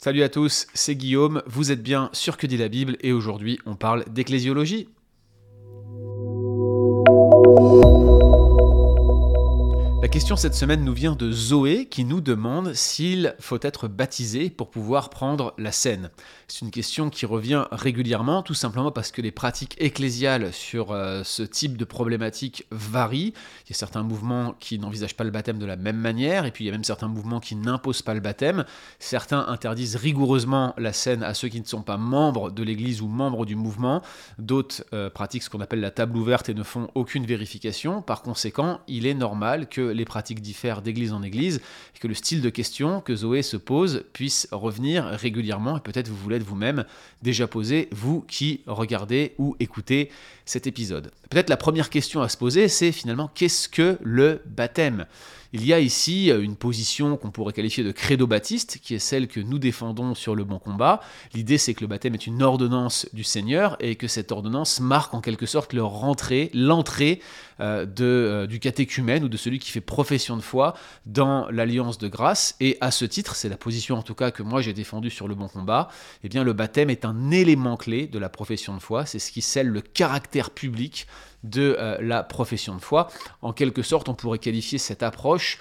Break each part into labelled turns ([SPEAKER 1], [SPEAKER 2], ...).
[SPEAKER 1] Salut à tous, c'est Guillaume, vous êtes bien sur Que dit la Bible et aujourd'hui on parle d'ecclésiologie. La question cette semaine nous vient de Zoé qui nous demande s'il faut être baptisé pour pouvoir prendre la scène. C'est une question qui revient régulièrement, tout simplement parce que les pratiques ecclésiales sur ce type de problématique varient. Il y a certains mouvements qui n'envisagent pas le baptême de la même manière, et puis il y a même certains mouvements qui n'imposent pas le baptême. Certains interdisent rigoureusement la scène à ceux qui ne sont pas membres de l'Église ou membres du mouvement. D'autres pratiquent ce qu'on appelle la table ouverte et ne font aucune vérification. Par conséquent, il est normal que les pratiques diffèrent d'église en église et que le style de question que Zoé se pose puisse revenir régulièrement et peut-être vous l'êtes vous-même déjà posé, vous qui regardez ou écoutez cet épisode. Peut-être la première question à se poser, c'est finalement qu'est-ce que le baptême ? Il y a ici une position qu'on pourrait qualifier de credo-baptiste, qui est celle que nous défendons sur le bon combat. L'idée, c'est que le baptême est une ordonnance du Seigneur et que cette ordonnance marque en quelque sorte l'entrée du catéchumène ou de celui qui fait profession de foi dans l'alliance de grâce. Et à ce titre, c'est la position en tout cas que moi j'ai défendue sur le bon combat, eh bien le baptême est un élément clé de la profession de foi. C'est ce qui scelle le caractère public de la profession de foi. En quelque sorte, on pourrait qualifier cette approche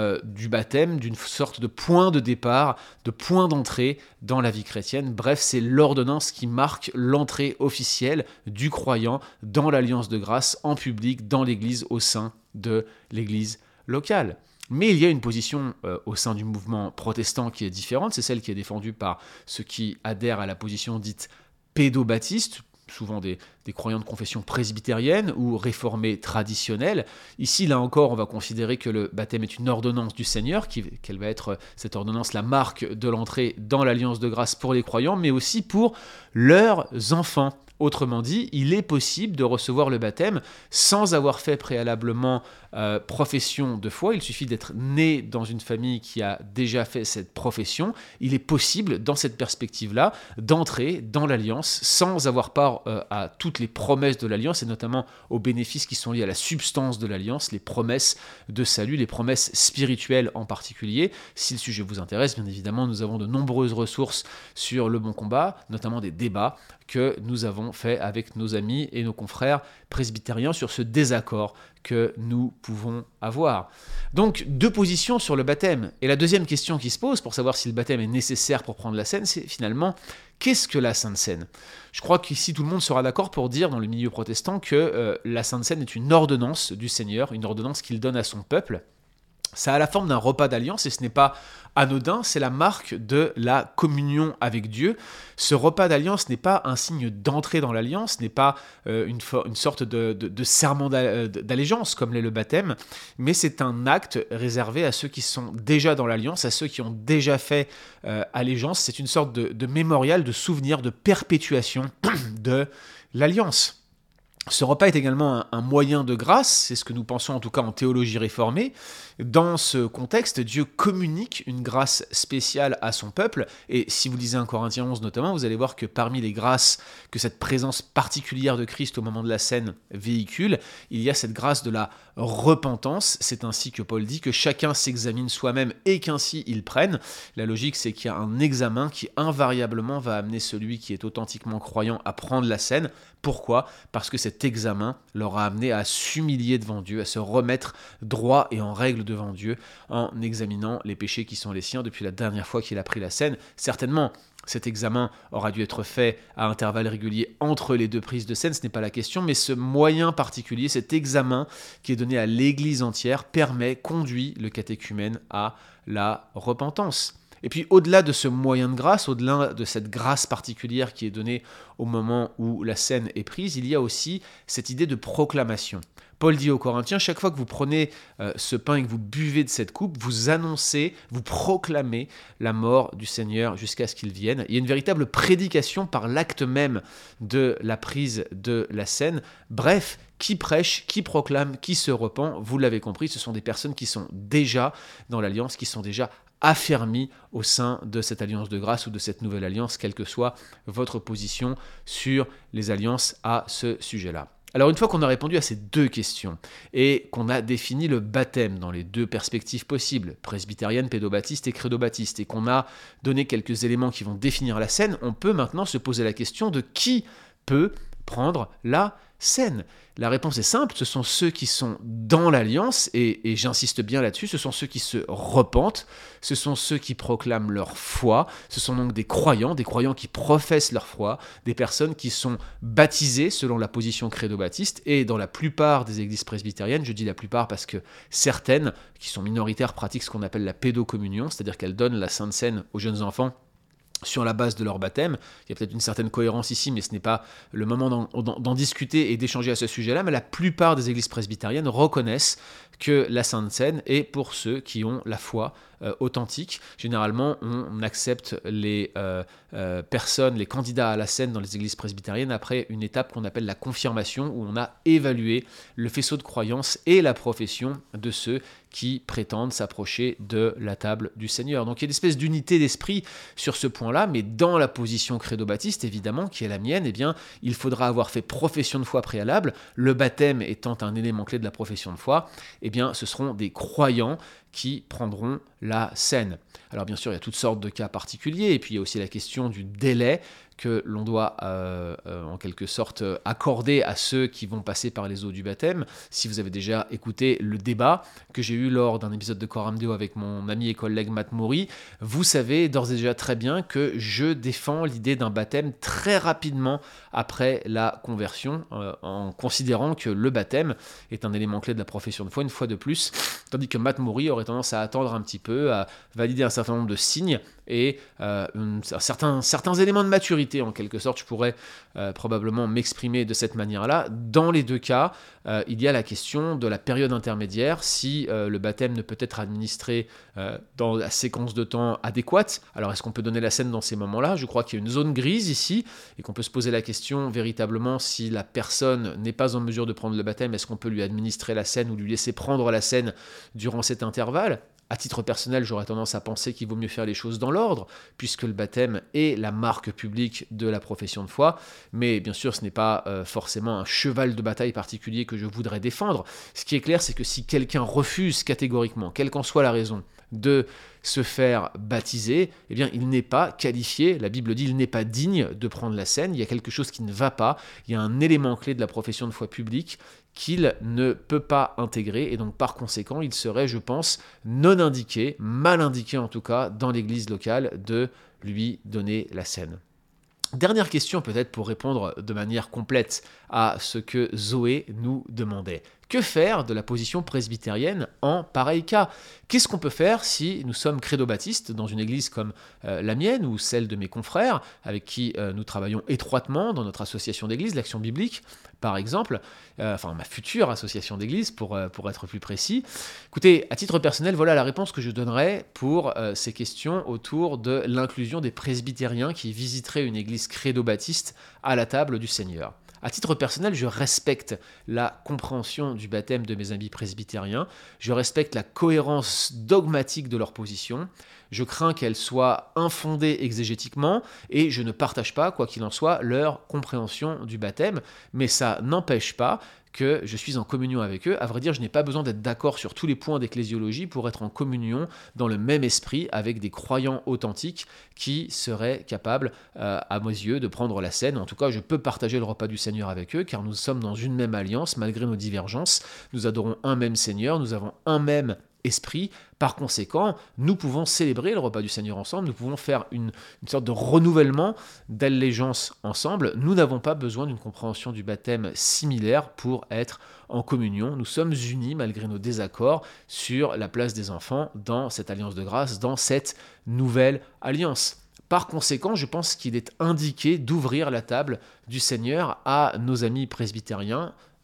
[SPEAKER 1] du baptême d'une sorte de point de départ, de point d'entrée dans la vie chrétienne. Bref, c'est l'ordonnance qui marque l'entrée officielle du croyant dans l'alliance de grâce en public, dans l'Église, au sein de l'Église locale. Mais il y a une position au sein du mouvement protestant qui est différente, c'est celle qui est défendue par ceux qui adhèrent à la position dite pédobaptiste, souvent des croyants de confession presbytérienne ou réformés traditionnels. Ici, là encore, on va considérer que le baptême est une ordonnance du Seigneur, qu'elle va être, cette ordonnance, la marque de l'entrée dans l'alliance de grâce pour les croyants, mais aussi pour leurs enfants. Autrement dit, il est possible de recevoir le baptême sans avoir fait préalablement profession de foi. Il suffit d'être né dans une famille qui a déjà fait cette profession. Il est possible, dans cette perspective-là, d'entrer dans l'alliance sans avoir part à toutes les promesses de l'alliance et notamment aux bénéfices qui sont liés à la substance de l'alliance, les promesses de salut, les promesses spirituelles en particulier. Si le sujet vous intéresse, bien évidemment, nous avons de nombreuses ressources sur le bon combat, notamment des débats que nous avons fait avec nos amis et nos confrères presbytériens sur ce désaccord que nous pouvons avoir. Donc, deux positions sur le baptême. Et la deuxième question qui se pose pour savoir si le baptême est nécessaire pour prendre la scène, c'est finalement, qu'est-ce que la Sainte Seine ? Je crois qu'ici tout le monde sera d'accord pour dire dans le milieu protestant que la Sainte Seine est une ordonnance du Seigneur, une ordonnance qu'il donne à son peuple. Ça a la forme d'un repas d'alliance et ce n'est pas anodin, c'est la marque de la communion avec Dieu. Ce repas d'alliance n'est pas un signe d'entrée dans l'alliance, n'est pas une sorte de serment d'allégeance comme l'est le baptême, mais c'est un acte réservé à ceux qui sont déjà dans l'alliance, à ceux qui ont déjà fait allégeance. C'est une sorte de mémorial, de souvenir, de perpétuation de l'alliance. Ce repas est également un moyen de grâce, c'est ce que nous pensons en tout cas en théologie réformée. Dans ce contexte, Dieu communique une grâce spéciale à son peuple, et si vous lisez 1 Corinthiens 11 notamment, vous allez voir que parmi les grâces que cette présence particulière de Christ au moment de la scène véhicule, il y a cette grâce de la repentance. C'est ainsi que Paul dit que chacun s'examine soi-même et qu'ainsi il prenne. La logique, c'est qu'il y a un examen qui invariablement va amener celui qui est authentiquement croyant à prendre la scène. Pourquoi ? Parce que cet examen l'aura amené à s'humilier devant Dieu, à se remettre droit et en règle devant Dieu en examinant les péchés qui sont les siens depuis la dernière fois qu'il a pris la scène. Certainement, cet examen aura dû être fait à intervalles réguliers entre les deux prises de scène, ce n'est pas la question, mais ce moyen particulier, cet examen qui est donné à l'Église entière, conduit le catéchumène à la repentance. Et puis au-delà de ce moyen de grâce, au-delà de cette grâce particulière qui est donnée au moment où la scène est prise, il y a aussi cette idée de proclamation. Paul dit aux Corinthiens, chaque fois que vous prenez ce pain et que vous buvez de cette coupe, vous annoncez, vous proclamez la mort du Seigneur jusqu'à ce qu'il vienne. Il y a une véritable prédication par l'acte même de la prise de la scène. Bref, qui prêche, qui proclame, qui se repent, vous l'avez compris, ce sont des personnes qui sont déjà dans l'alliance, qui sont déjà affermis au sein de cette alliance de grâce ou de cette nouvelle alliance, quelle que soit votre position sur les alliances à ce sujet-là. Alors une fois qu'on a répondu à ces deux questions et qu'on a défini le baptême dans les deux perspectives possibles, presbytérienne, pédobaptiste et credo-baptiste, et qu'on a donné quelques éléments qui vont définir la scène, on peut maintenant se poser la question de qui peut prendre la scène. La réponse est simple, ce sont ceux qui sont dans l'alliance, et j'insiste bien là-dessus, ce sont ceux qui se repentent, ce sont ceux qui proclament leur foi, ce sont donc des croyants qui professent leur foi, des personnes qui sont baptisées selon la position credo-baptiste, et dans la plupart des églises presbytériennes, je dis la plupart parce que certaines, qui sont minoritaires, pratiquent ce qu'on appelle la pédocommunion, c'est-à-dire qu'elles donnent la Sainte Seine aux jeunes enfants sur la base de leur baptême. Il y a peut-être une certaine cohérence ici, mais ce n'est pas le moment d'en discuter et d'échanger à ce sujet-là, mais la plupart des églises presbytériennes reconnaissent que la Sainte Seine est pour ceux qui ont la foi authentique. Généralement, on accepte les personnes, les candidats à la scène dans les églises presbytériennes après une étape qu'on appelle la confirmation, où on a évalué le faisceau de croyance et la profession de ceux qui prétendent s'approcher de la table du Seigneur. Donc il y a une espèce d'unité d'esprit sur ce point-là, mais dans la position credo-baptiste, évidemment, qui est la mienne, eh bien, il faudra avoir fait profession de foi préalable, le baptême étant un élément clé de la profession de foi, eh bien, ce seront des croyants qui prendront la scène. Alors bien sûr, il y a toutes sortes de cas particuliers, et puis il y a aussi la question du délai que l'on doit en quelque sorte accorder à ceux qui vont passer par les eaux du baptême. Si vous avez déjà écouté le débat que j'ai eu lors d'un épisode de Coram Deo avec mon ami et collègue Matt Maury, vous savez d'ores et déjà très bien que je défends l'idée d'un baptême très rapidement après la conversion, en considérant que le baptême est un élément clé de la profession de foi, une fois de plus, tandis que Matt Maury aurait tendance à attendre un petit peu, à valider un certain nombre de signes et certains éléments de maturité, en quelque sorte. Je pourrais probablement m'exprimer de cette manière-là. Dans les deux cas, il y a la question de la période intermédiaire, si le baptême ne peut être administré dans la séquence de temps adéquate. Alors est-ce qu'on peut donner la scène dans ces moments-là ? Je crois qu'il y a une zone grise ici, et qu'on peut se poser la question véritablement, si la personne n'est pas en mesure de prendre le baptême, est-ce qu'on peut lui administrer la scène ou lui laisser prendre la scène durant cet intervalle ? À titre personnel, j'aurais tendance à penser qu'il vaut mieux faire les choses dans l'ordre, puisque le baptême est la marque publique de la profession de foi, mais bien sûr ce n'est pas forcément un cheval de bataille particulier que je voudrais défendre. Ce qui est clair, c'est que si quelqu'un refuse catégoriquement, quelle qu'en soit la raison, de se faire baptiser, eh bien il n'est pas qualifié, la Bible dit il n'est pas digne de prendre la scène, il y a quelque chose qui ne va pas, il y a un élément clé de la profession de foi publique qu'il ne peut pas intégrer, et donc par conséquent il serait, je pense, non indiqué, mal indiqué en tout cas, dans l'église locale, de lui donner la scène. Dernière question peut-être pour répondre de manière complète à ce que Zoé nous demandait. Que faire de la position presbytérienne en pareil cas ? Qu'est-ce qu'on peut faire si nous sommes credo-baptistes dans une église comme la mienne ou celle de mes confrères avec qui nous travaillons étroitement dans notre association d'église, l'Action biblique par exemple, enfin ma future association d'église pour être plus précis. Écoutez, à titre personnel, voilà la réponse que je donnerais pour ces questions autour de l'inclusion des presbytériens qui visiteraient une église credo-baptiste à la table du Seigneur. À titre personnel, je respecte la compréhension du baptême de mes amis presbytériens, je respecte la cohérence dogmatique de leur position, je crains qu'elle soit infondée exégétiquement et je ne partage pas, quoi qu'il en soit, leur compréhension du baptême, mais ça n'empêche pas que je suis en communion avec eux. À vrai dire, je n'ai pas besoin d'être d'accord sur tous les points d'ecclésiologie pour être en communion dans le même esprit avec des croyants authentiques qui seraient capables, à mes yeux, de prendre la scène. En tout cas, je peux partager le repas du Seigneur avec eux, car nous sommes dans une même alliance, malgré nos divergences. Nous adorons un même Seigneur, nous avons un même esprit. Par conséquent, nous pouvons célébrer le repas du Seigneur ensemble, nous pouvons faire une sorte de renouvellement d'allégeance ensemble. Nous n'avons pas besoin d'une compréhension du baptême similaire pour être en communion. Nous sommes unis malgré nos désaccords sur la place des enfants dans cette alliance de grâce, dans cette nouvelle alliance. Par conséquent, je pense qu'il est indiqué d'ouvrir la table du Seigneur à nos amis presbytériens,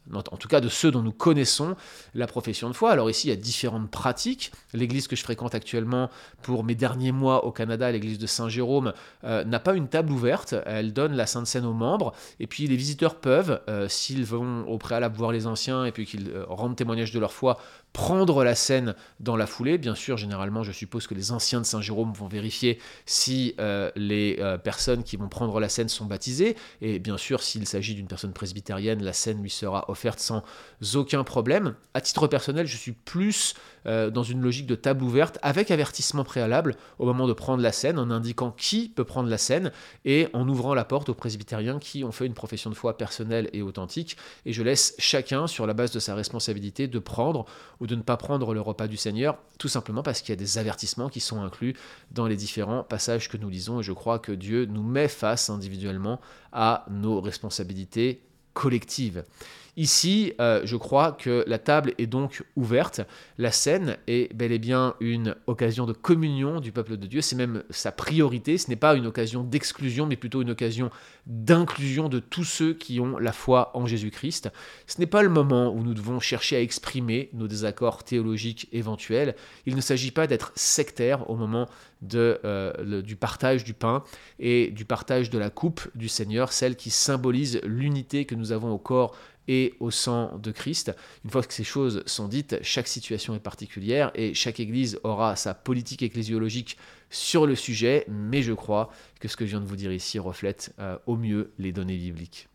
[SPEAKER 1] en tout cas de ceux dont nous connaissons la profession de foi. Alors ici, il y a différentes pratiques. L'église que je fréquente actuellement pour mes derniers mois au Canada, l'église de Saint-Jérôme, n'a pas une table ouverte. Elle donne la Sainte Seine aux membres. Et puis les visiteurs peuvent, s'ils vont au préalable voir les anciens et puis qu'ils rendent témoignage de leur foi, prendre la scène dans la foulée. Bien sûr, généralement, je suppose que les anciens de Saint-Jérôme vont vérifier si les personnes qui vont prendre la scène sont baptisées. Et bien sûr, s'il s'agit d'une personne presbytérienne, la scène lui sera offerte sans aucun problème. À titre personnel, je suis plus dans une logique de table ouverte avec avertissement préalable au moment de prendre la scène, en indiquant qui peut prendre la scène et en ouvrant la porte aux presbytériens qui ont fait une profession de foi personnelle et authentique. Et je laisse chacun, sur la base de sa responsabilité, de prendre ou de ne pas prendre le repas du Seigneur, tout simplement parce qu'il y a des avertissements qui sont inclus dans les différents passages que nous lisons. Et je crois que Dieu nous met face individuellement à nos responsabilités collectives. Ici, je crois que la table est donc ouverte. La scène est bel et bien une occasion de communion du peuple de Dieu. C'est même sa priorité. Ce n'est pas une occasion d'exclusion, mais plutôt une occasion d'inclusion de tous ceux qui ont la foi en Jésus-Christ. Ce n'est pas le moment où nous devons chercher à exprimer nos désaccords théologiques éventuels. Il ne s'agit pas d'être sectaire au moment du partage du pain et du partage de la coupe du Seigneur, celle qui symbolise l'unité que nous avons au corps et au sang de Christ. Une fois que ces choses sont dites, chaque situation est particulière et chaque église aura sa politique ecclésiologique sur le sujet, mais je crois que ce que je viens de vous dire ici reflète au mieux les données bibliques.